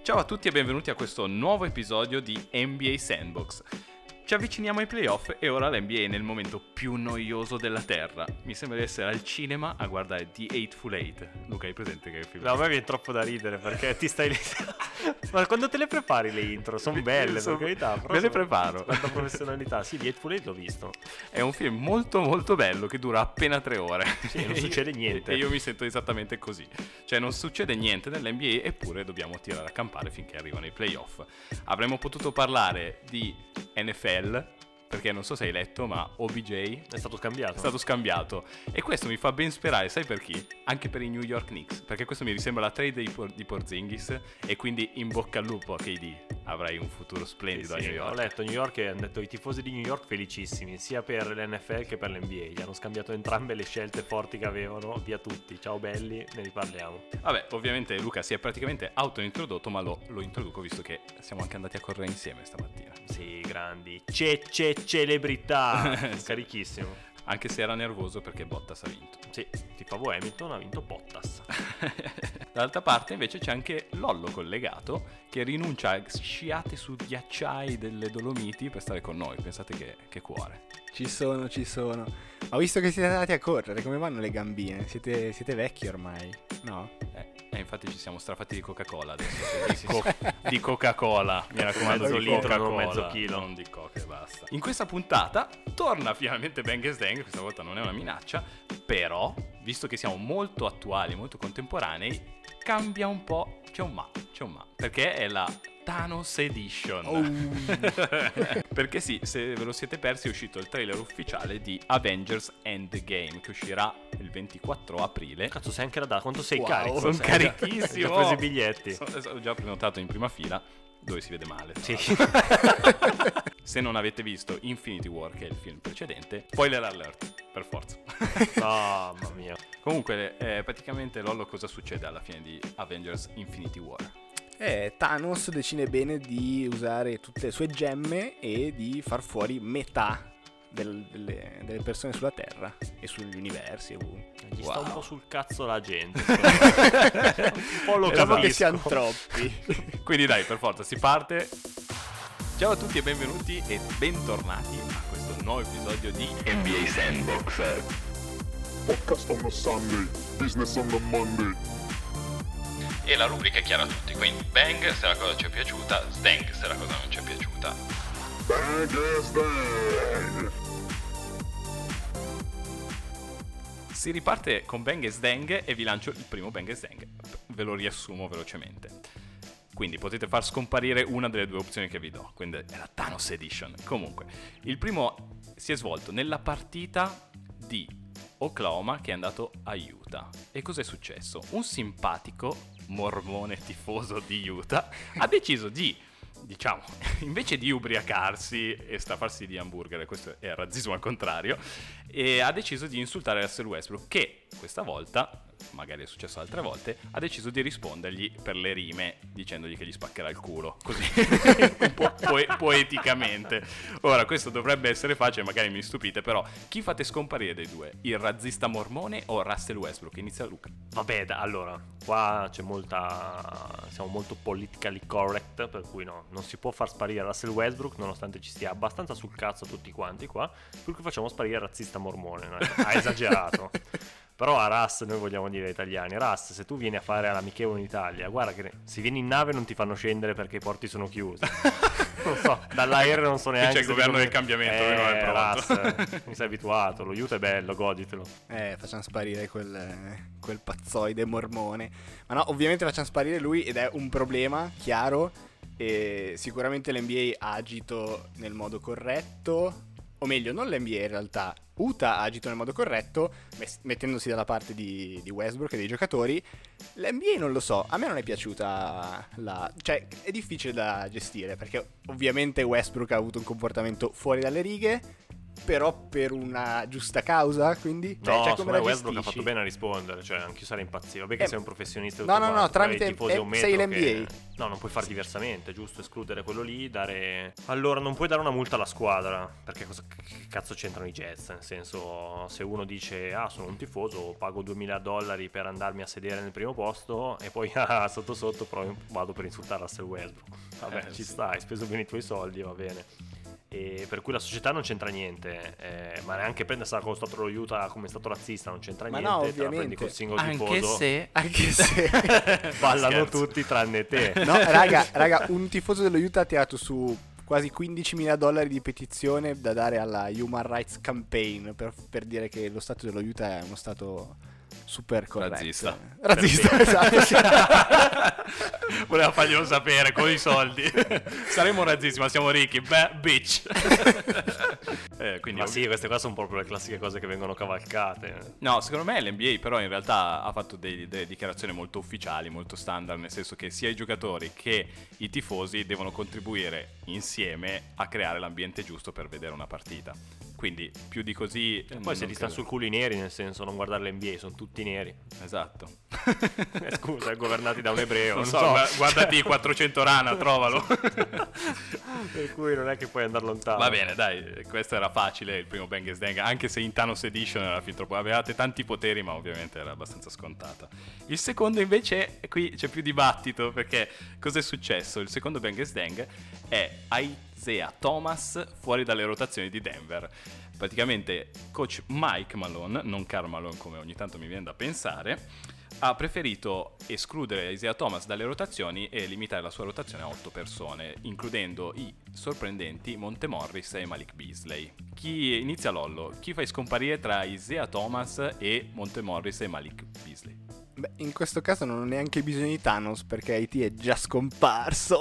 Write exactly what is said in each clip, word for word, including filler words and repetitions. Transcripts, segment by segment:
Ciao a tutti e benvenuti a questo nuovo episodio di N B A Sandbox. Ci avviciniamo ai playoff e ora l'N B A è nel momento più noioso della terra. Mi sembra di essere al cinema a guardare The Hateful Eight. Luca, hai presente che film? No, a me viene troppo da ridere perché ti stai lì. Ma quando te le prepari le intro? Sono belle, Sono- per carità. me le preparo. Quanta professionalità. Sì, The Hateful Eight l'ho visto. È un film molto molto bello che dura appena tre ore. Sì, non E succede io- niente. E io mi sento esattamente così. Cioè non succede niente nell'N B A eppure dobbiamo tirare a campare finché arrivano i playoff. Avremmo potuto parlare di N F L, perché non so se hai letto, ma O B J È stato scambiato. è stato scambiato. E questo mi fa ben sperare, sai per chi? Anche per i New York Knicks, perché questo mi risembra la trade di, Por- di Porzingis. E quindi in bocca al lupo a K D, avrai un futuro splendido Sì, a sì, New York. ho letto New York e hanno detto i tifosi di New York felicissimi, sia per l'N F L che per l'N B A. Gli hanno scambiato entrambe le scelte forti che avevano, via tutti. Ciao belli, ne riparliamo. Vabbè, ovviamente Luca si è praticamente autointrodotto, ma lo, lo introduco visto che siamo anche andati a correre insieme stamattina. Sì, grandi. Ce ce celebrità. Sì. Carichissimo. Anche se era nervoso perché Bottas ha vinto. Sì, tifavo Hamilton, ha vinto Bottas. Dall'altra parte invece c'è anche Lollo collegato che rinuncia a sciate su ghiacciai delle Dolomiti per stare con noi. Pensate che, che cuore. Ci sono, ci sono. Ho visto che siete andati a correre, come vanno le gambine? Siete, siete vecchi ormai, no? Eh, e infatti ci siamo strafatti di Coca-Cola adesso. Sì, sì, Co- di Coca-Cola, mi raccomando, Mezzo di litro, Coca-Cola, non mezzo chilo. non di Coca e basta. In questa puntata torna finalmente Bang and Stang, questa volta non è una minaccia, però, visto che siamo molto attuali, molto contemporanei, cambia un po', c'è un ma, c'è un ma, perché è la Thanos Edition. Oh. Perché sì, se ve lo siete persi è uscito il trailer ufficiale di Avengers Endgame che uscirà il ventiquattro aprile. Cazzo, sei anche la data. Quanto sei Wow, carico? sono Sei già- carichissimo. Hai già preso i biglietti. So- Ho già prenotato in prima fila, dove si vede male. tra Sì. l'altro. Se non avete visto Infinity War, che è il film precedente, spoiler alert, per forza. Oh, mamma mia. Comunque, eh, praticamente Lollo, cosa succede alla fine di Avengers Infinity War? Eh, Thanos decide bene di usare tutte le sue gemme e di far fuori metà del- delle, delle persone sulla Terra e sugli universi. ovunque. Gli Wow. sta un po' sul cazzo la gente. Un po' lo Diciamo che capisco. siamo troppi. Quindi dai, per forza, si parte. Ciao a tutti e benvenuti e bentornati a questo nuovo episodio di N B A Sandbox. Podcast on a Sunday, business on a Monday. E la rubrica è chiara a tutti, quindi bang se la cosa ci è piaciuta, stang se la cosa non ci è piaciuta. Bang is bang. Si riparte con Bang e Stang e vi lancio il primo Bang e Stang. Ve lo riassumo velocemente. Quindi potete far scomparire una delle due opzioni che vi do, quindi è la Thanos Edition. Comunque, il primo si è svolto nella partita di Oklahoma che è andato a Utah. E cos'è successo? Un simpatico mormone tifoso di Utah ha deciso di, diciamo, invece di ubriacarsi e staffarsi di hamburger, questo è razzismo al contrario, e ha deciso di insultare Russell Westbrook, che questa volta, magari è successo altre volte, ha deciso di rispondergli per le rime dicendogli che gli spaccherà il culo, così un po' poe- poeticamente. Ora, questo dovrebbe essere facile, magari mi stupite, però chi fate scomparire dei due? Il razzista mormone o Russell Westbrook? Inizia Luca. Vabbè, da- allora, qua c'è molta... siamo molto politically correct, per cui no, non si può far sparire Russell Westbrook, nonostante ci stia abbastanza sul cazzo tutti quanti qua, per cui facciamo sparire il razzista mormone, no? Ha esagerato. Però a Russ noi vogliamo dire ai italiani: Russ, se tu vieni a fare l'amichevole in Italia, guarda che se vieni in nave non ti fanno scendere perché i porti sono chiusi. Non so, dall'aereo non so neanche c'è il se governo come- del cambiamento, eh, non è pronto. Russ, mi sei abituato, lo aiuto è bello, goditelo. Eh, facciamo sparire quel, quel pazzoide mormone. Ma no, ovviamente facciamo sparire lui ed è un problema, chiaro. E sicuramente l'N B A ha agito nel modo corretto. O meglio, non l'N B A in realtà. Utah ha agito nel modo corretto, mes- mettendosi dalla parte di, di Westbrook e dei giocatori. L'N B A non lo so, a me non è piaciuta la... Cioè, è difficile da gestire, perché ovviamente Westbrook ha avuto un comportamento fuori dalle righe, però per una giusta causa, quindi... Cioè, No, cioè, secondo come me la Westbrook ha gestisci? fatto bene a rispondere, cioè anch'io sarei impazzito. Vabbè che Eh, sei un professionista e No, tutto no, no, quanto, però tramite... i tifosi a eh, un metro sei l'N B A. che- No, non puoi fare diversamente, è giusto escludere quello lì, dare... Allora, non puoi dare una multa alla squadra, perché cosa che cazzo c'entrano i Jets? Nel senso, se uno dice, ah, sono un tifoso, pago duemila dollari per andarmi a sedere nel primo posto, e poi, ah, sotto sotto, però vado per insultare Russell Westbrook. Vabbè, Eh, ci sì. sta, hai speso bene i tuoi soldi, va bene. E per cui la società non c'entra niente, eh, ma neanche prendersela come è stato lo Utah, come è stato razzista, non c'entra Ma niente, no, te la prendi ovviamente. col singolo Anche tifoso, se... Anche se... ballano Scherzo. tutti tranne te. No, raga, raga, un tifoso dello Utah ha tirato su quasi quindicimila dollari di petizione da dare alla Human Rights Campaign per, per dire che lo stato dello Utah è uno stato super corretto. Razzista. Razzista, esatto. Voleva farglielo sapere con i soldi. Saremo razzisti, ma siamo ricchi. Beh, bitch. eh, quindi Ma sì, queste qua sono proprio le classiche cose che vengono cavalcate. No, secondo me l'N B A però in realtà ha fatto dei- delle dichiarazioni molto ufficiali, molto standard, nel senso che sia i giocatori che i tifosi devono contribuire insieme a creare l'ambiente giusto per vedere una partita. Quindi più di così... Poi non se ti stanno credo. sul culo i neri, nel senso non guardare l'N B A, sono tutti neri. Esatto. Eh, scusa, governati da un ebreo. Non Non so, so, gua- guardati i quattrocento Rana, trovalo. per cui non è che puoi andare lontano. Va bene, dai, questo era facile, il primo Bang and Dang, anche se in Thanos Edition era fin troppo... Avevate tanti poteri, ma ovviamente era abbastanza scontata. Il secondo invece, qui c'è più dibattito, perché cos'è successo? Il secondo Bang and Dang è Isaiah Thomas fuori dalle rotazioni di Denver. Praticamente coach Mike Malone, non Karl Malone come ogni tanto mi viene da pensare, ha preferito escludere Isaiah Thomas dalle rotazioni e limitare la sua rotazione a otto persone, includendo i sorprendenti Monte Morris e Malik Beasley. Chi inizia Lollo? Chi fai scomparire tra Isaiah Thomas e Monte Morris e Malik Beasley? Beh, in questo caso non ho neanche bisogno di Thanos perché I T è già scomparso.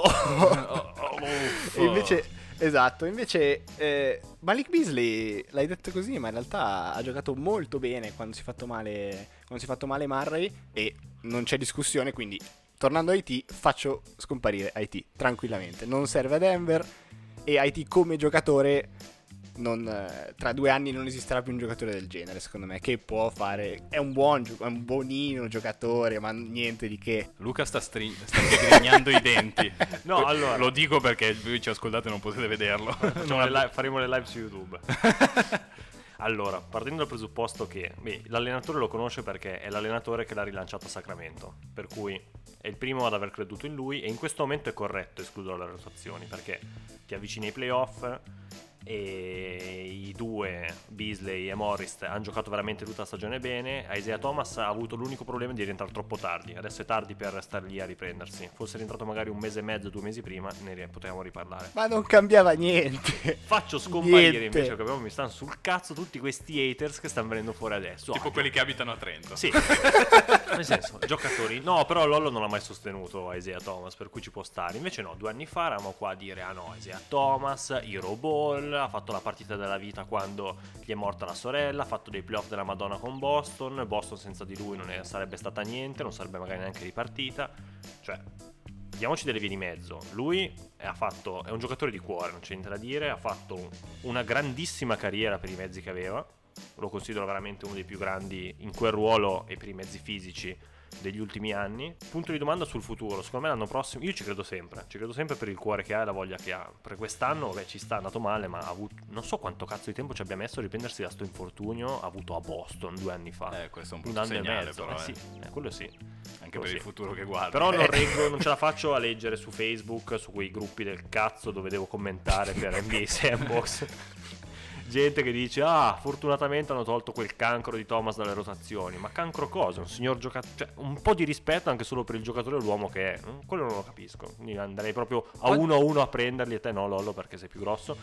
E invece, esatto, invece eh, Malik Beasley, l'hai detto così, ma in realtà ha giocato molto bene quando si è fatto male, quando si è fatto male Murray e non c'è discussione, quindi tornando a I T faccio scomparire I T tranquillamente. Non serve a Denver e I T come giocatore non, eh, tra due anni non esisterà più un giocatore del genere, secondo me, che può fare, è un buon gio- è un buonino giocatore, ma niente di che. Luca sta, stri- sta grignando i denti. No, allora- Lo dico perché voi ci ascoltate e non potete vederlo. Facciamo le live- faremo le live su YouTube. Allora, partendo dal presupposto che beh, l'allenatore lo conosce perché è l'allenatore che l'ha rilanciato a Sacramento, per cui è il primo ad aver creduto in lui e in questo momento è corretto escludere le rotazioni perché ti avvicini ai playoff e i due, Beasley e Morris, hanno giocato veramente tutta la stagione bene. Isaiah Thomas ha avuto l'unico problema di rientrare troppo tardi, adesso è tardi per star lì a riprendersi. Fosse rientrato magari un mese e mezzo, due mesi prima, ne ri- potevamo riparlare. Ma non cambiava niente. Faccio scomparire Niente. invece, che proprio mi stanno sul cazzo tutti questi haters che stanno venendo fuori adesso. Tipo Ah, quelli che abitano a Trento. sì, nel senso, giocatori. No, però Lollo non l'ha mai sostenuto Isaiah Thomas, per cui ci può stare. Invece no, due anni fa eravamo qua a dire, ah no, Isaiah Thomas, Hero Ball, ha fatto la partita della vita quando gli è morta la sorella, ha fatto dei playoff della Madonna con Boston, Boston senza di lui non è- sarebbe stata niente, non sarebbe magari neanche ripartita. Cioè, diamoci delle vie di mezzo. Lui è, ha fatto, è un giocatore di cuore, non c'è niente da dire, ha fatto una grandissima carriera per i mezzi che aveva, lo considero veramente uno dei più grandi in quel ruolo e per i mezzi fisici degli ultimi anni. Punto di domanda sul futuro, secondo me l'anno prossimo, io ci credo sempre, ci credo sempre per il cuore che ha e la voglia che ha. Per quest'anno, beh, ci sta andato male, ma ha avuto, non so quanto cazzo di tempo ci abbia messo a riprendersi da sto infortunio avuto a Boston due anni fa. Eh, questo è un un brutto anno e segnale, mezzo, però, eh, eh. sì, eh, quello sì. Anche Quello per sì. il futuro che guarda. Però non reggo, non ce la faccio a leggere su Facebook, su quei gruppi del cazzo dove devo commentare per N B A Sandbox. Gente che dice, ah, fortunatamente hanno tolto quel cancro di Thomas dalle rotazioni. Ma cancro cosa? Un signor giocatore, cioè un po' di rispetto anche solo per il giocatore e l'uomo che è. Quello non lo capisco. Quindi andrei proprio a uno a uno a prenderli, e te no, Lollo, perché sei più grosso.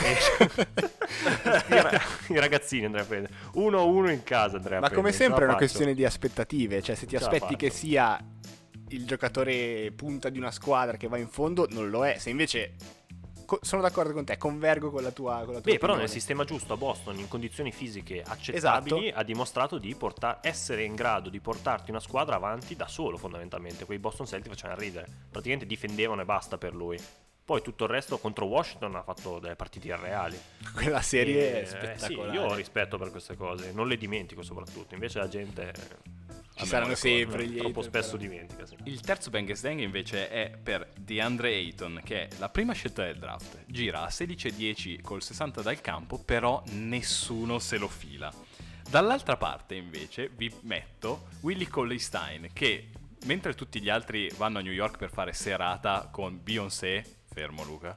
E I, ra- i ragazzini andrei a prendere uno a uno in casa, andrei a Ma prendere. come non ce sempre la è una faccio. questione di aspettative, cioè se ti Ce la aspetti che faccio. sia il giocatore punta di una squadra che va in fondo, non lo è. Se invece co- sono d'accordo con te, convergo con la tua, con la tua Beh, però nel opinione. sistema giusto a Boston, in condizioni fisiche accettabili, Esatto. ha dimostrato di portar- essere in grado di portarti una squadra avanti da solo, fondamentalmente. Quei Boston Celtics facevano ridere. Praticamente difendevano e basta per lui. Poi tutto il resto contro Washington ha fatto delle partite irreali. Quella serie E, è eh, sì, spettacolare. io ho rispetto per queste cose, non le dimentico soprattutto. Invece la gente Ci saranno sempre gli Troppo hater, spesso però. dimentica, sì. Il terzo Bang Deng invece è per DeAndre Ayton, che è la prima scelta del draft. Gira a sedici e dieci col sessanta dal campo, però nessuno se lo fila. Dall'altra parte invece vi metto Willie Cauley-Stein, che mentre tutti gli altri vanno a New York per fare serata con Beyoncé, fermo Luca,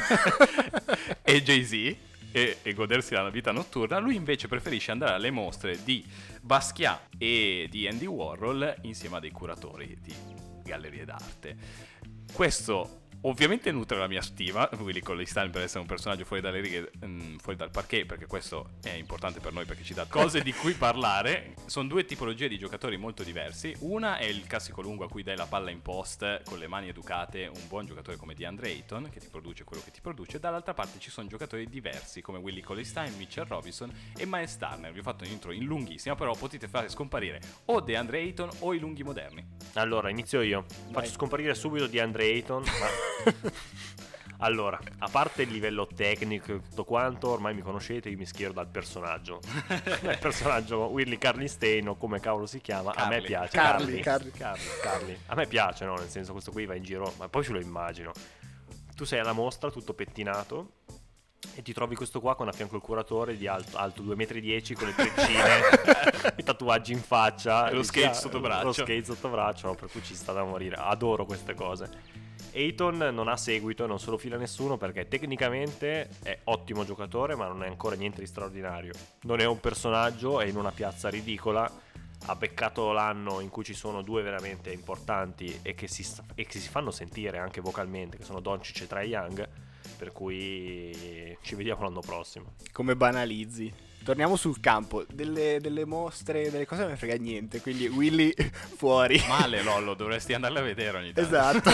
e Jay-Z, e, e godersi la vita notturna, lui invece preferisce andare alle mostre di Basquiat e di Andy Warhol insieme a dei curatori di gallerie d'arte. Questo ovviamente nutre la mia stima, Willie Cauley-Stein, per essere un personaggio fuori dalle righe, mh, fuori dal parquet, perché questo è importante per noi perché ci dà cose di cui parlare. Sono due tipologie di giocatori molto diversi. Una è il classico lungo a cui dai la palla in post con le mani educate, un buon giocatore come DeAndre Ayton che ti produce quello che ti produce. Dall'altra parte ci sono giocatori diversi come Willie Cauley-Stein, Mitchell Robinson e Miles Turner. Vi ho fatto un intro in lunghissima, però potete fare scomparire o DeAndre Ayton o i lunghi moderni. Allora, inizio io. Vai. Faccio scomparire subito DeAndre Ayton, ma... Allora, a parte il livello tecnico e tutto quanto, ormai mi conoscete, io mi schiero dal personaggio. Il personaggio Willie Cauley-Stein o come cavolo si chiama, a me Carly. piace. Carly, Carly. Carly. Carly. A me piace, no? Nel senso, questo qui va in giro, ma poi ce lo immagino. Tu sei alla mostra, tutto pettinato, e ti trovi questo qua con a fianco il curatore di alto, alto due metri e dieci con le treccine, i tatuaggi in faccia E lo dici, skate ah, sotto braccio. Lo skate sotto braccio, no, per cui ci sta da morire. Adoro queste cose. Ayton non ha seguito, non se lo fila nessuno perché tecnicamente è ottimo giocatore, ma non è ancora niente di straordinario. Non è un personaggio, è in una piazza ridicola. Ha beccato l'anno in cui ci sono due veramente importanti e che si, e che si fanno sentire anche vocalmente, che sono Doncic e Trae Young, per cui ci vediamo l'anno prossimo. Come banalizzi. Torniamo sul campo, delle, delle mostre, delle cose non me ne frega niente, quindi Willy fuori. Male Lollo, dovresti andarle a vedere ogni tanto. Esatto.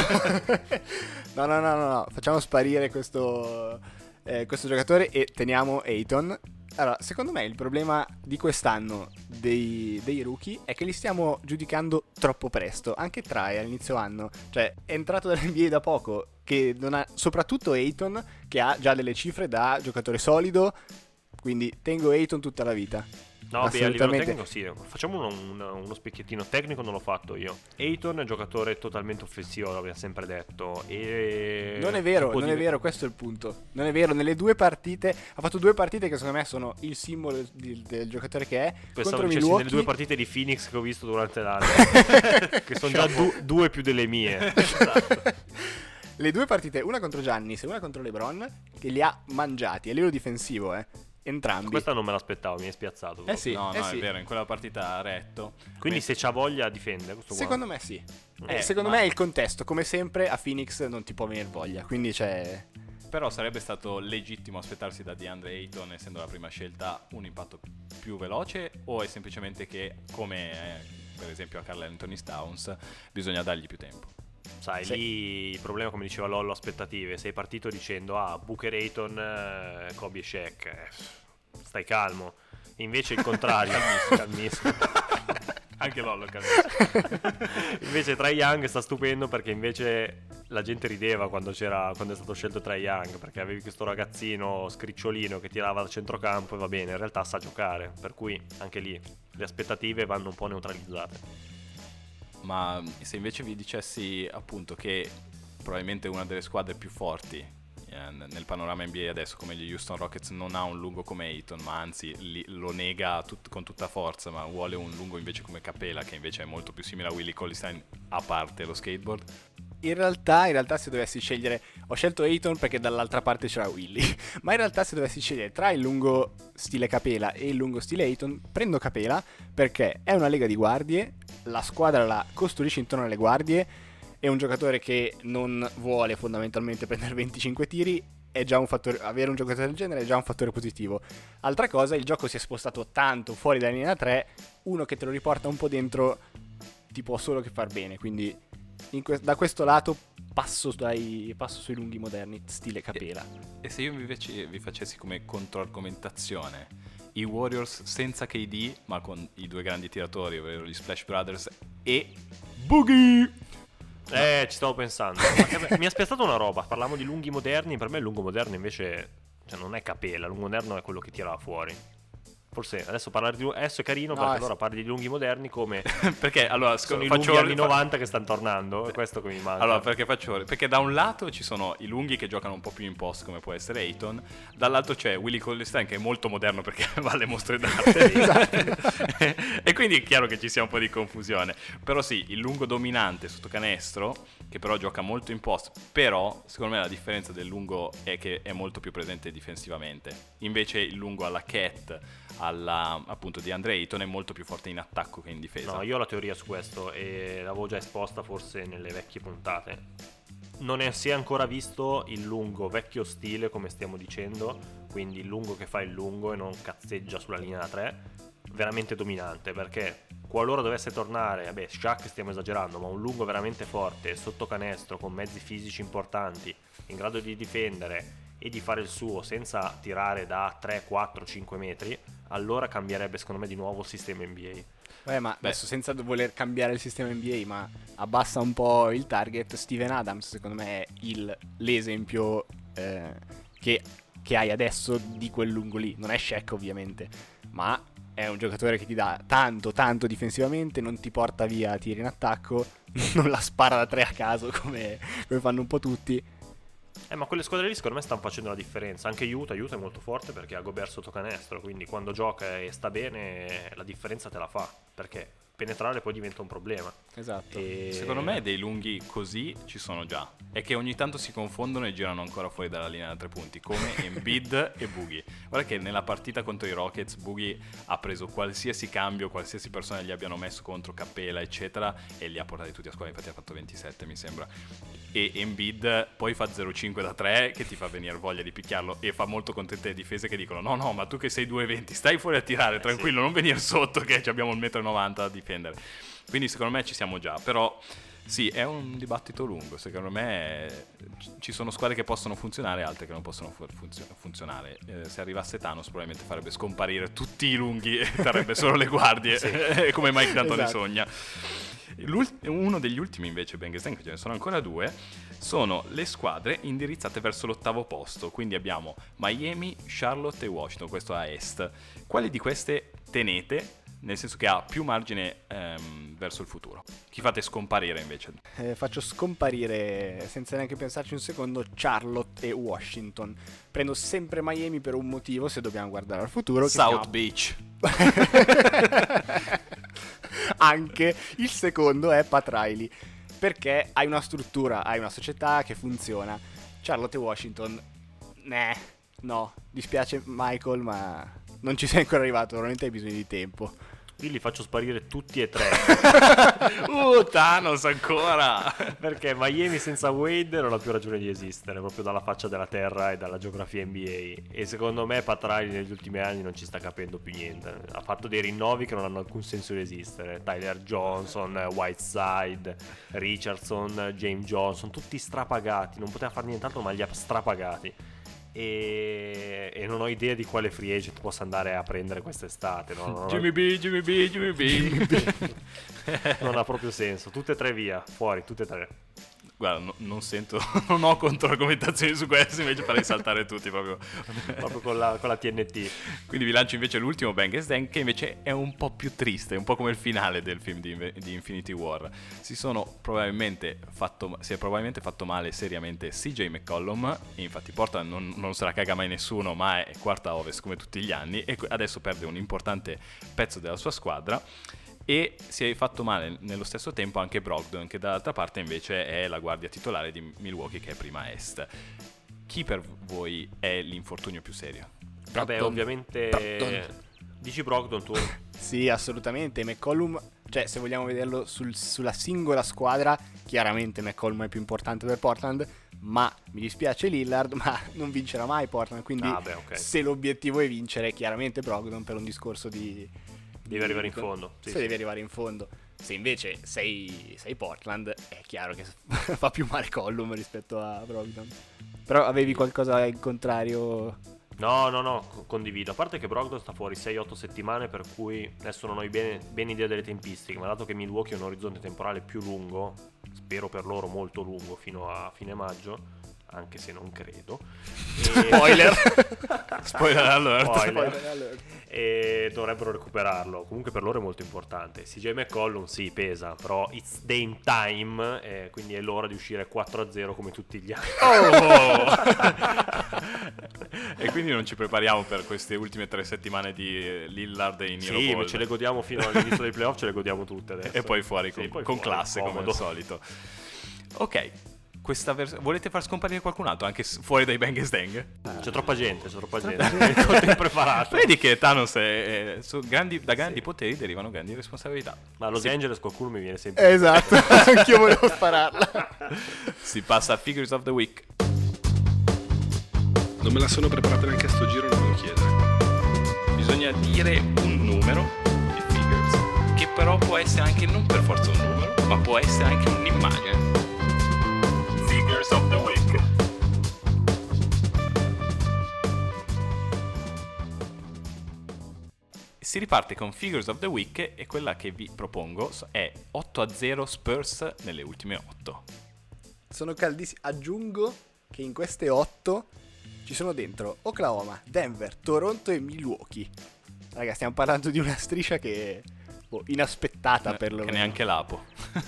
no, no, no, no, no, facciamo sparire questo, eh, questo giocatore e teniamo Ayton. Allora, secondo me il problema di quest'anno dei, dei rookie è che li stiamo giudicando troppo presto. Anche Trae all'inizio anno, cioè è entrato dall'N B A da poco, che non ha, soprattutto Ayton, che ha già delle cifre da giocatore solido, quindi tengo Ayton tutta la vita. No, beh, a livello Assolutamente. tecnico sì. Facciamo uno, uno, uno specchiettino tecnico, non l'ho fatto io. Ayton è un giocatore totalmente offensivo, l'abbiamo sempre detto. E Non è vero, tipo non di- è vero, questo è il punto. Non è vero, nelle due partite ha fatto due partite che secondo me sono il simbolo del, del giocatore che è. Pensavo contro dicessi Milwaukee. nelle due partite di Phoenix che ho visto durante l'anno, che sono già du- due più delle mie. Le due partite, una contro Giannis e una contro LeBron, che li ha mangiati a livello difensivo, eh. Entrambi. Questa non me l'aspettavo, mi è spiazzato proprio. Eh sì, No, eh no, sì. è vero, in quella partita ha retto. Quindi Me- se c'ha voglia difende questo qua. Secondo me sì. Eh, Eh, secondo ma- me è il contesto. Come sempre a Phoenix non ti può venire voglia. Quindi c'è. Però sarebbe stato legittimo aspettarsi da DeAndre Ayton, essendo la prima scelta, un impatto più veloce, o è semplicemente che, come eh, per esempio a Karl Anthony Towns, bisogna dargli più tempo? Sai, Sì. lì il problema, come diceva Lollo, aspettative. Sei partito dicendo, ah, Booker, Ayton, eh, Kobe e Shaq. Eh, stai calmo. Invece il contrario. Calmissimo. Anche Lollo capisco. Invece Trae Young sta stupendo perché invece la gente rideva quando, c'era, quando è stato scelto Trae Young, perché avevi questo ragazzino scricciolino che tirava da centrocampo e va bene, in realtà sa giocare, per cui anche lì le aspettative vanno un po' neutralizzate. Ma se invece vi dicessi appunto che probabilmente una delle squadre più forti eh, nel panorama N B A adesso, come gli Houston Rockets, non ha un lungo come Ayton, ma anzi li- lo nega tut- con tutta forza, ma vuole un lungo invece come Capela, che invece è molto più simile a Willie Cauley-Stein, a parte lo skateboard. In realtà, in realtà se dovessi scegliere, ho scelto Ayton perché dall'altra parte c'era Willy, ma in realtà se dovessi scegliere tra il lungo stile Capela e il lungo stile Ayton, prendo Capela perché è una lega di guardie, la squadra la costruisce intorno alle guardie, è un giocatore che non vuole fondamentalmente prendere venticinque tiri, è già un fattore, avere un giocatore del genere è già un fattore positivo. Altra cosa, il gioco si è spostato tanto fuori dalla linea tre, uno che te lo riporta un po' dentro ti può solo che far bene, quindi in que- da questo lato passo, dai, passo sui lunghi moderni stile Capela. E se io invece vi facessi come controargomentazione i Warriors senza K D, ma con i due grandi tiratori, ovvero gli Splash Brothers e Boogie? Eh, ci stavo pensando. Ma mi ha spiazzato una roba, parlavamo di lunghi moderni, per me il lungo moderno invece, cioè, non è Capela, il lungo moderno è quello che tirava fuori. Forse adesso parlare di adesso è carino, No, perché è- allora parli di lunghi moderni come Perché allora sono sc- i faccio lunghi anni fa- novanta che stanno tornando, è questo che mi manca. Allora, perché faccio perché da un lato ci sono i lunghi che giocano un po' più in post, come può essere Ayton, dall'altro c'è Willy Cauley-Stein che è molto moderno perché va alle mostre d'arte. E quindi è chiaro che ci sia un po' di confusione. Però sì, il lungo dominante sotto canestro, che però gioca molto in post, però secondo me la differenza del lungo è che è molto più presente difensivamente. Invece il lungo alla Cat, alla appunto di Andre Ayton, è molto più forte in attacco che in difesa. No, io ho la teoria su questo e l'avevo già esposta forse nelle vecchie puntate. Non è, si è ancora visto il lungo vecchio stile, come stiamo dicendo, quindi il lungo che fa il lungo e non cazzeggia sulla linea da tre, veramente dominante, perché qualora dovesse tornare, vabbè, Shaq stiamo esagerando, ma un lungo veramente forte, sotto canestro, con mezzi fisici importanti, in grado di difendere e di fare il suo senza tirare da tre, quattro, cinque metri, allora cambierebbe secondo me di nuovo il sistema N B A. Beh, ma adesso senza voler cambiare il sistema N B A, ma abbassa un po' il target. Steven Adams, secondo me, è il, l'esempio eh, che, che hai adesso di quel lungo lì. Non è Shaq, ovviamente, ma è un giocatore che ti dà tanto, tanto difensivamente, non ti porta via tiri in attacco, non la spara da tre a caso come, come fanno un po' tutti. Eh, ma quelle squadre lì secondo me stanno facendo la differenza. Anche Utah, Utah è molto forte perché ha Gobert sotto canestro, quindi quando gioca e sta bene la differenza te la fa, perché penetrare poi diventa un problema. Esatto. E... Secondo me dei lunghi così ci sono già. È che ogni tanto si confondono e girano ancora fuori dalla linea da tre punti, come Embiid e Boogie. Guarda che nella partita contro i Rockets Boogie ha preso qualsiasi cambio, qualsiasi persona gli abbiano messo contro Capela, eccetera, e li ha portati tutti a scuola. Infatti ha fatto ventisette, mi sembra. E Embiid poi fa zero cinque da tre, che ti fa venire voglia di picchiarlo, e fa molto contente le difese che dicono no no, ma tu che sei due venti stai fuori a tirare, tranquillo, non venire sotto che abbiamo il metro e novanta a difendere. Quindi secondo me ci siamo già, però sì, è un dibattito lungo. Secondo me eh, ci sono squadre che possono funzionare e altre che non possono fu- funzio- funzionare. Eh, se arrivasse Thanos probabilmente farebbe scomparire tutti i lunghi e terrebbe solo le guardie, come Mike D'Antoni Esatto. sogna. L'ult- uno degli ultimi invece, Ben Gesten, che ce ne sono ancora due, sono le squadre indirizzate verso l'ottavo posto. Quindi abbiamo Miami, Charlotte e Washington, questo a est. Quali di queste tenete? Nel senso che ha più margine ehm, verso il futuro. Chi fate scomparire invece? Eh, faccio scomparire, senza neanche pensarci un secondo, Charlotte e Washington. Prendo sempre Miami per un motivo, se dobbiamo guardare al futuro, che si South chiama- Beach. Anche il secondo è Pat Riley, perché hai una struttura, hai una società che funziona. Charlotte e Washington, nah, no, dispiace Michael, ma non ci sei ancora arrivato, probabilmente hai bisogno di tempo. Io li faccio sparire tutti e tre. Uh, Thanos ancora! Perché Miami senza Wade non ha più ragione di esistere, proprio dalla faccia della terra e dalla geografia N B A. E secondo me Pat Riley negli ultimi anni non ci sta capendo più niente. Ha fatto dei rinnovi che non hanno alcun senso di esistere. Tyler Johnson, Whiteside, Richardson, James Johnson, tutti strapagati. Non poteva fare nient'altro ma li ha strapagati. E... e non ho idea di quale free agent possa andare a prendere quest'estate. No? Non, Jimmy B, Jimmy B, Jimmy B. non ha proprio senso. Tutte e tre via, fuori, tutte e tre. Guarda, no- non sento, non ho controargomentazioni su questo, invece farei saltare tutti proprio. Proprio con la, con la T N T. Quindi vi lancio invece l'ultimo Bang and Stank, che invece è un po' più triste, un po' come il finale del film di, Inve- di Infinity War. Si sono probabilmente fatto, si è probabilmente fatto male seriamente C J McCollum, e infatti Portland non, non se la caga mai nessuno, ma è quarta a ovest come tutti gli anni, e adesso perde un importante pezzo della sua squadra. E si è fatto male nello stesso tempo anche Brogdon, che dall'altra parte invece è la guardia titolare di Milwaukee, che è prima est. Chi per voi è l'infortunio più serio? Vabbè, Brogdon. ovviamente Brogdon. dici Brogdon tu. Sì, assolutamente. McCollum, cioè se vogliamo vederlo sul- sulla singola squadra, chiaramente McCollum è più importante per Portland, ma mi dispiace Lillard, ma non vincerà mai Portland, quindi Ah, beh, ok. se l'obiettivo è vincere, chiaramente Brogdon, per un discorso di... Devi arrivare in fondo. Sì, se sì. devi arrivare in fondo. Se invece sei, sei Portland, è chiaro che fa più male Collum rispetto a Brogdon. Però avevi qualcosa in contrario? No, no, no, co- condivido. A parte che Brogdon sta fuori sei otto settimane, per cui adesso non ho bene, bene idea delle tempistiche, ma dato che Milwaukee ha un orizzonte temporale più lungo, spero per loro molto lungo, fino a fine maggio, anche se non credo. Spoiler! Spoiler alert. Spoiler. Spoiler alert. E dovrebbero recuperarlo. Comunque per loro è molto importante. C J McCollum sì, pesa, però it's game time, eh, quindi è l'ora di uscire quattro a zero come tutti gli anni. Oh! E quindi non ci prepariamo per queste ultime tre settimane di Lillard e Niro Sì, Ball. ce le godiamo fino all'inizio dei playoff, ce le godiamo tutte adesso. E poi fuori Sì, con, poi con fuori, classe come comodo. al solito. Ok, questa vers- volete far scomparire qualcun altro anche s- fuori dai Bang e Stang? C'è troppa gente, c'è troppa gente. Il conto è preparato. Vedi che Thanos è, è- su grandi- da grandi poteri derivano grandi responsabilità. Ma a Los Si- Angeles qualcuno mi viene sempre. Esatto, anch'io volevo spararla. Si passa a Figures of the Week. Non me la sono preparata neanche a sto giro, non me lo chiedere. Bisogna dire un numero di Figures, che però può essere anche non per forza un numero, ma può essere anche un'immagine. Figures of the Week. Si riparte con Figures of the Week e quella che vi propongo è otto a zero Spurs nelle ultime otto. Sono caldissimi. Aggiungo che in queste otto ci sono dentro Oklahoma, Denver, Toronto e Milwaukee. Raga, stiamo parlando di una striscia che boh, inaspettata per lo Che neanche l'Apo.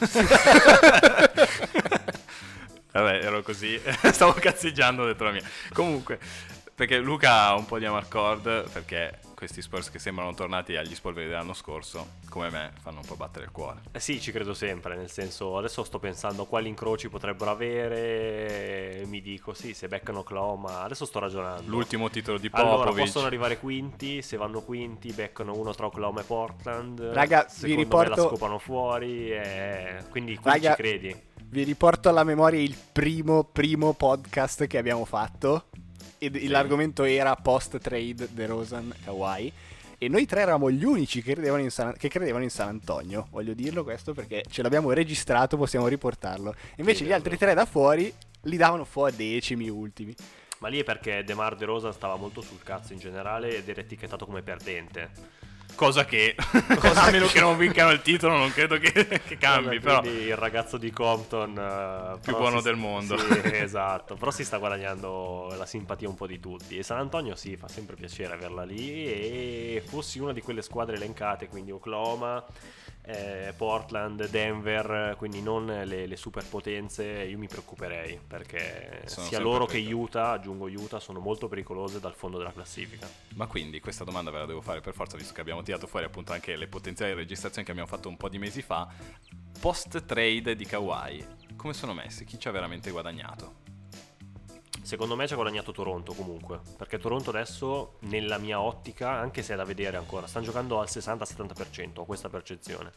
Vabbè, ero così, stavo cazzeggiando dentro la mia. Comunque, perché Luca ha un po' di amarcord, perché questi Spurs che sembrano tornati agli spolveri dell'anno scorso, come me, fanno un po' battere il cuore. Eh sì, ci credo sempre, nel senso, adesso sto pensando a quali incroci potrebbero avere, mi dico sì, se beccano Oklahoma, adesso sto ragionando. L'ultimo titolo di Popovic. Allora, possono arrivare quinti, se vanno quinti beccano uno tra Oklahoma e Portland. Raga, vi secondo riporto- me la scopano fuori, e... quindi qui Raga, ci credi. Vi riporto alla memoria il primo, primo podcast che abbiamo fatto. E Sì. l'argomento era post-trade DeRozan Kawhi. E noi tre eravamo gli unici che credevano, in San, che credevano in San Antonio. Voglio dirlo questo perché ce l'abbiamo registrato, possiamo riportarlo. Invece Sì, gli vero, altri vero. tre da fuori li davano fuori a decimi ultimi. Ma lì è perché DeMar DeRozan stava molto sul cazzo in generale ed era etichettato come perdente. Cosa che, a meno che non vincano il titolo, non credo che, che cambi, però. Quindi il ragazzo di Compton eh, Più però buono si- del mondo. Sì, esatto. Però si sta guadagnando la simpatia un po' di tutti. E San Antonio sì, fa sempre piacere averla lì. E fossi una di quelle squadre elencate, quindi Oklahoma, eh, Portland, Denver, quindi non le, le superpotenze, io mi preoccuperei perché Sono sia sempre loro che pericolosi. Utah, aggiungo Utah, sono molto pericolose dal fondo della classifica. Ma quindi questa domanda ve la devo fare per forza, visto che abbiamo tirato fuori appunto anche le potenziali registrazioni che abbiamo fatto un po' di mesi fa. Post trade di Kawhi, come sono messi? Chi ci ha veramente guadagnato? Secondo me ci ha guadagnato Toronto comunque, perché Toronto adesso, nella mia ottica, anche se è da vedere ancora, stanno giocando al sessanta settanta per cento, ho questa percezione.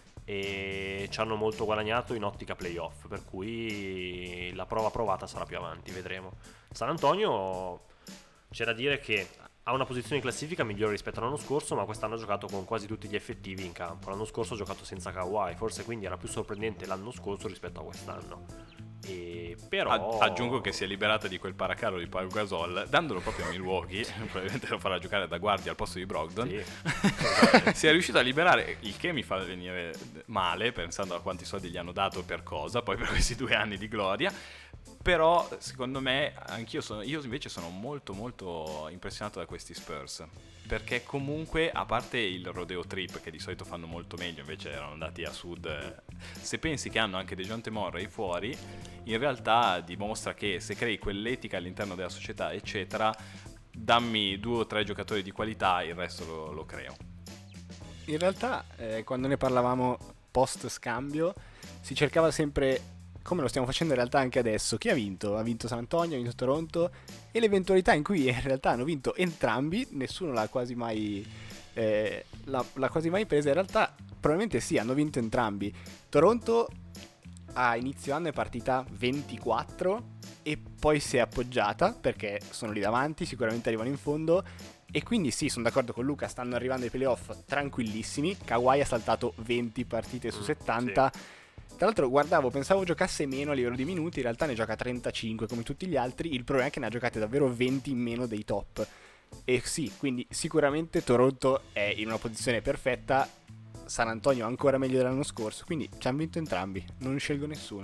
E ci hanno molto guadagnato in ottica playoff, per cui la prova provata sarà più avanti, vedremo. San Antonio, c'è da dire che ha una posizione in classifica migliore rispetto all'anno scorso, ma quest'anno ha giocato con quasi tutti gli effettivi in campo. L'anno scorso ha giocato senza Kawhi, forse quindi era più sorprendente l'anno scorso rispetto a quest'anno. E però Ag- aggiungo che si è liberata di quel paracarro di Pau Gasol, dandolo proprio a Milwaukee, probabilmente lo farà giocare da guardia al posto di Brogdon. Sì. Si è riuscito a liberare, il che mi fa venire male pensando a quanti soldi gli hanno dato per cosa, poi per questi due anni di gloria. Però secondo me anch'io sono, io invece sono molto molto impressionato da questi Spurs, perché comunque, a parte il rodeo trip che di solito fanno molto meglio, invece erano andati a sud, eh, se pensi che hanno anche DeJounte Murray fuori, in realtà dimostra che se crei quell'etica all'interno della società eccetera, dammi due o tre giocatori di qualità, il resto lo, lo creo. In realtà, eh, quando ne parlavamo post scambio, si cercava sempre, come lo stiamo facendo in realtà anche adesso, chi ha vinto? Ha vinto San Antonio, ha vinto Toronto, e l'eventualità in cui in realtà hanno vinto entrambi, nessuno l'ha quasi mai eh, l'ha, l'ha quasi mai presa. In realtà probabilmente sì, hanno vinto entrambi. Toronto a inizio anno è partita ventiquattro e poi si è appoggiata perché sono lì davanti, sicuramente arrivano in fondo. E quindi sì, sono d'accordo con Luca, stanno arrivando ai playoff tranquillissimi. Kawhi ha saltato venti partite su Mm, settanta. Tra l'altro guardavo, pensavo giocasse meno a livello di minuti, in realtà ne gioca trentacinque come tutti gli altri. Il problema è che ne ha giocate davvero venti in meno dei top. E sì, quindi sicuramente Toronto è in una posizione perfetta. San Antonio ancora meglio dell'anno scorso, quindi ci hanno vinto entrambi, non scelgo nessuno.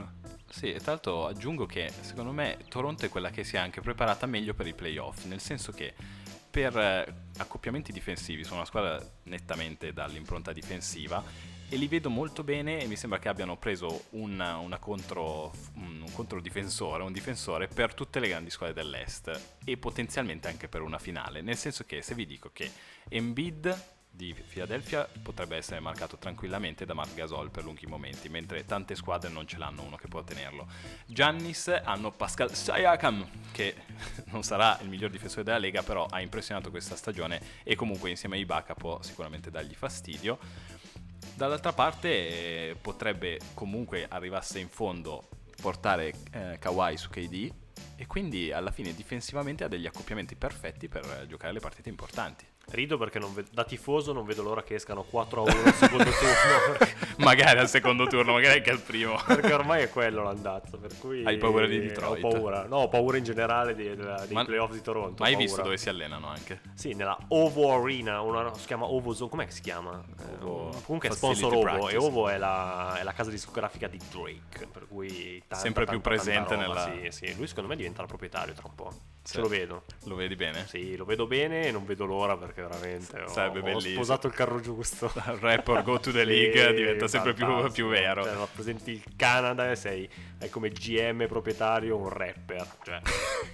Sì, e tra l'altro aggiungo che secondo me Toronto è quella che si è anche preparata meglio per i playoff, nel senso che per eh, accoppiamenti difensivi sono una squadra nettamente dall'impronta difensiva e li vedo molto bene e mi sembra che abbiano preso una, una contro, un controdifensore, un difensore per tutte le grandi squadre dell'Est e potenzialmente anche per una finale, nel senso che se vi dico che Embiid di Philadelphia potrebbe essere marcato tranquillamente da Marc Gasol per lunghi momenti, mentre tante squadre non ce l'hanno uno che può tenerlo. Giannis hanno Pascal Siakam, che non sarà il miglior difensore della Lega, però ha impressionato questa stagione e comunque insieme a Ibaka può sicuramente dargli fastidio. Dall'altra parte eh, potrebbe comunque arrivasse in fondo portare eh, Kawhi su K D e quindi alla fine difensivamente ha degli accoppiamenti perfetti per eh, giocare le partite importanti. Rido perché non ve- da tifoso non vedo l'ora che escano quattro a uno al secondo turno. Magari al secondo turno, magari anche al primo. Perché ormai è quello l'andazzo, per cui Hai paura di Detroit? Ho paura, no, ho paura in generale dei, dei Ma- playoff di Toronto. Ma hai ho visto paura. dove si allenano anche? Sì, nella Ovo Arena, una, si chiama Ovo Zone, com'è che si chiama? Ovo Eh, comunque è Facility sponsor Ovo Practice. e Ovo è la, è la casa discografica di Drake, per cui tanta, Sempre più tanta, presente tanta roba, nella- Sì, sì, lui secondo me diventerà proprietario tra un po'. Sì. Ce lo vedo. Lo vedi bene? Sì, lo vedo bene e non vedo l'ora perché veramente ho, Sarebbe ho bellissimo. sposato il carro giusto. Rapper go to the league Sì, diventa sempre più, fantastico. più vero. Cioè, rappresenti il Canada e sei hai come G M proprietario un rapper. Cioè,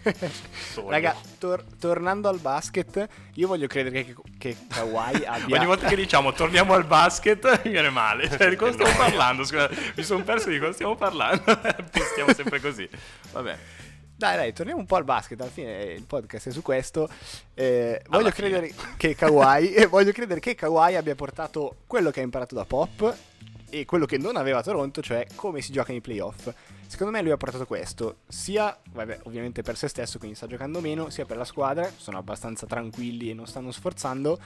sogno. Raga, tor- tornando al basket, io voglio credere che, che Kawhi abbia... Ogni volta che diciamo torniamo al basket mi viene male. Cioè, di cosa stiamo No. parlando? Scusa, mi sono perso di cosa stiamo parlando. Stiamo sempre così. Vabbè. Dai, dai, torniamo un po' al basket. Alla fine il podcast è su questo. Eh, voglio Alla fine. credere che Kawhi e voglio credere che Kawhi abbia portato quello che ha imparato da Pop e quello che non aveva a Toronto, cioè come si gioca nei playoff. Secondo me lui ha portato questo, sia vabbè, ovviamente per se stesso, quindi sta giocando meno, sia per la squadra, sono abbastanza tranquilli e non stanno sforzando.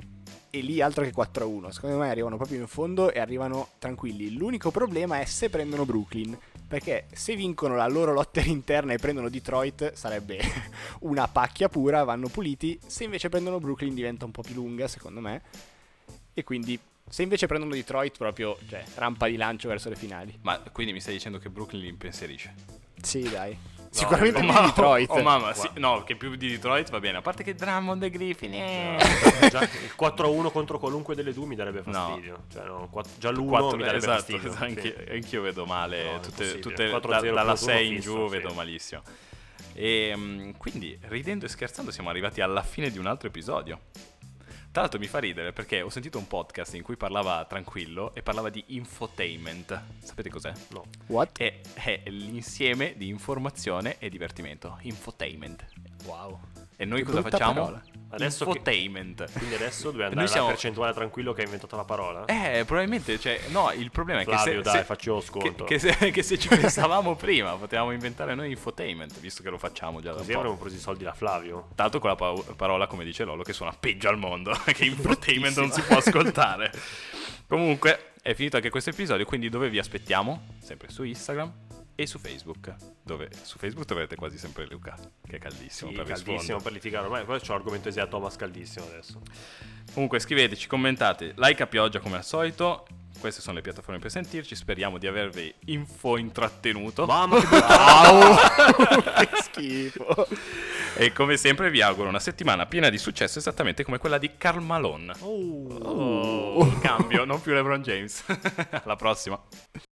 E lì altro che quattro a uno, secondo me arrivano proprio in fondo e arrivano tranquilli. L'unico problema è se prendono Brooklyn, perché se vincono la loro lotta interna e prendono Detroit sarebbe una pacchia pura, vanno puliti. Se invece prendono Brooklyn diventa un po' più lunga secondo me, e quindi se invece prendono Detroit proprio, cioè, rampa di lancio verso le finali. Ma quindi mi stai dicendo che Brooklyn li impensierisce? Sì, dai. Sicuramente oh, più ma- di Detroit. Oh mamma, sì, no, che più di Detroit va bene. A parte che Drummond e Griffin eh. Già, il quattro a uno contro qualunque delle due mi darebbe fastidio. Cioè, no, quatt- già l'uno Quattro- mi darebbe esatto, fastidio. esatto, anche, Sì. anch'io vedo male No, è tutte, impossibile. tutte quattro da- zero dalla plus uno sei in fisso, giù sì. vedo malissimo. E mm, quindi ridendo e scherzando siamo arrivati alla fine di un altro episodio. Tra l'altro mi fa ridere perché ho sentito un podcast in cui parlava Tranquillo e parlava di infotainment. Sapete cos'è? No. What? È, è l'insieme di informazione e divertimento. Infotainment. Wow. E noi Che cosa brutta facciamo? parola. Adesso che- Infotainment. Quindi adesso dobbiamo Noi andare siamo- alla percentuale tranquillo che ha inventato la parola? Eh, probabilmente, cioè, no, il problema è Flavio, che se, dai, se- faccio lo sconto. Che, che se, che se ci pensavamo prima, potevamo inventare noi infotainment, visto che lo facciamo già da Così un po'. avremmo preso i soldi da Flavio. Tra l'altro quella pa- parola, come dice Lolo, che suona peggio al mondo, che infotainment non si può ascoltare. Comunque, è finito anche questo episodio, quindi dove vi aspettiamo? Sempre su Instagram e su Facebook, dove su Facebook troverete quasi sempre Luca, che è caldissimo Sì, per caldissimo rispondere. per litigare. Ormai questo c'ho l'argomento Isaiah Thomas caldissimo adesso. Comunque scriveteci, commentate, like a pioggia come al solito. Queste sono le piattaforme per sentirci. Speriamo di avervi info intrattenuto. Mamma che bravo! Che schifo. E come sempre vi auguro una settimana piena di successo, esattamente come quella di Karl Malone. Oh. Oh, cambio, non più LeBron James. Alla prossima.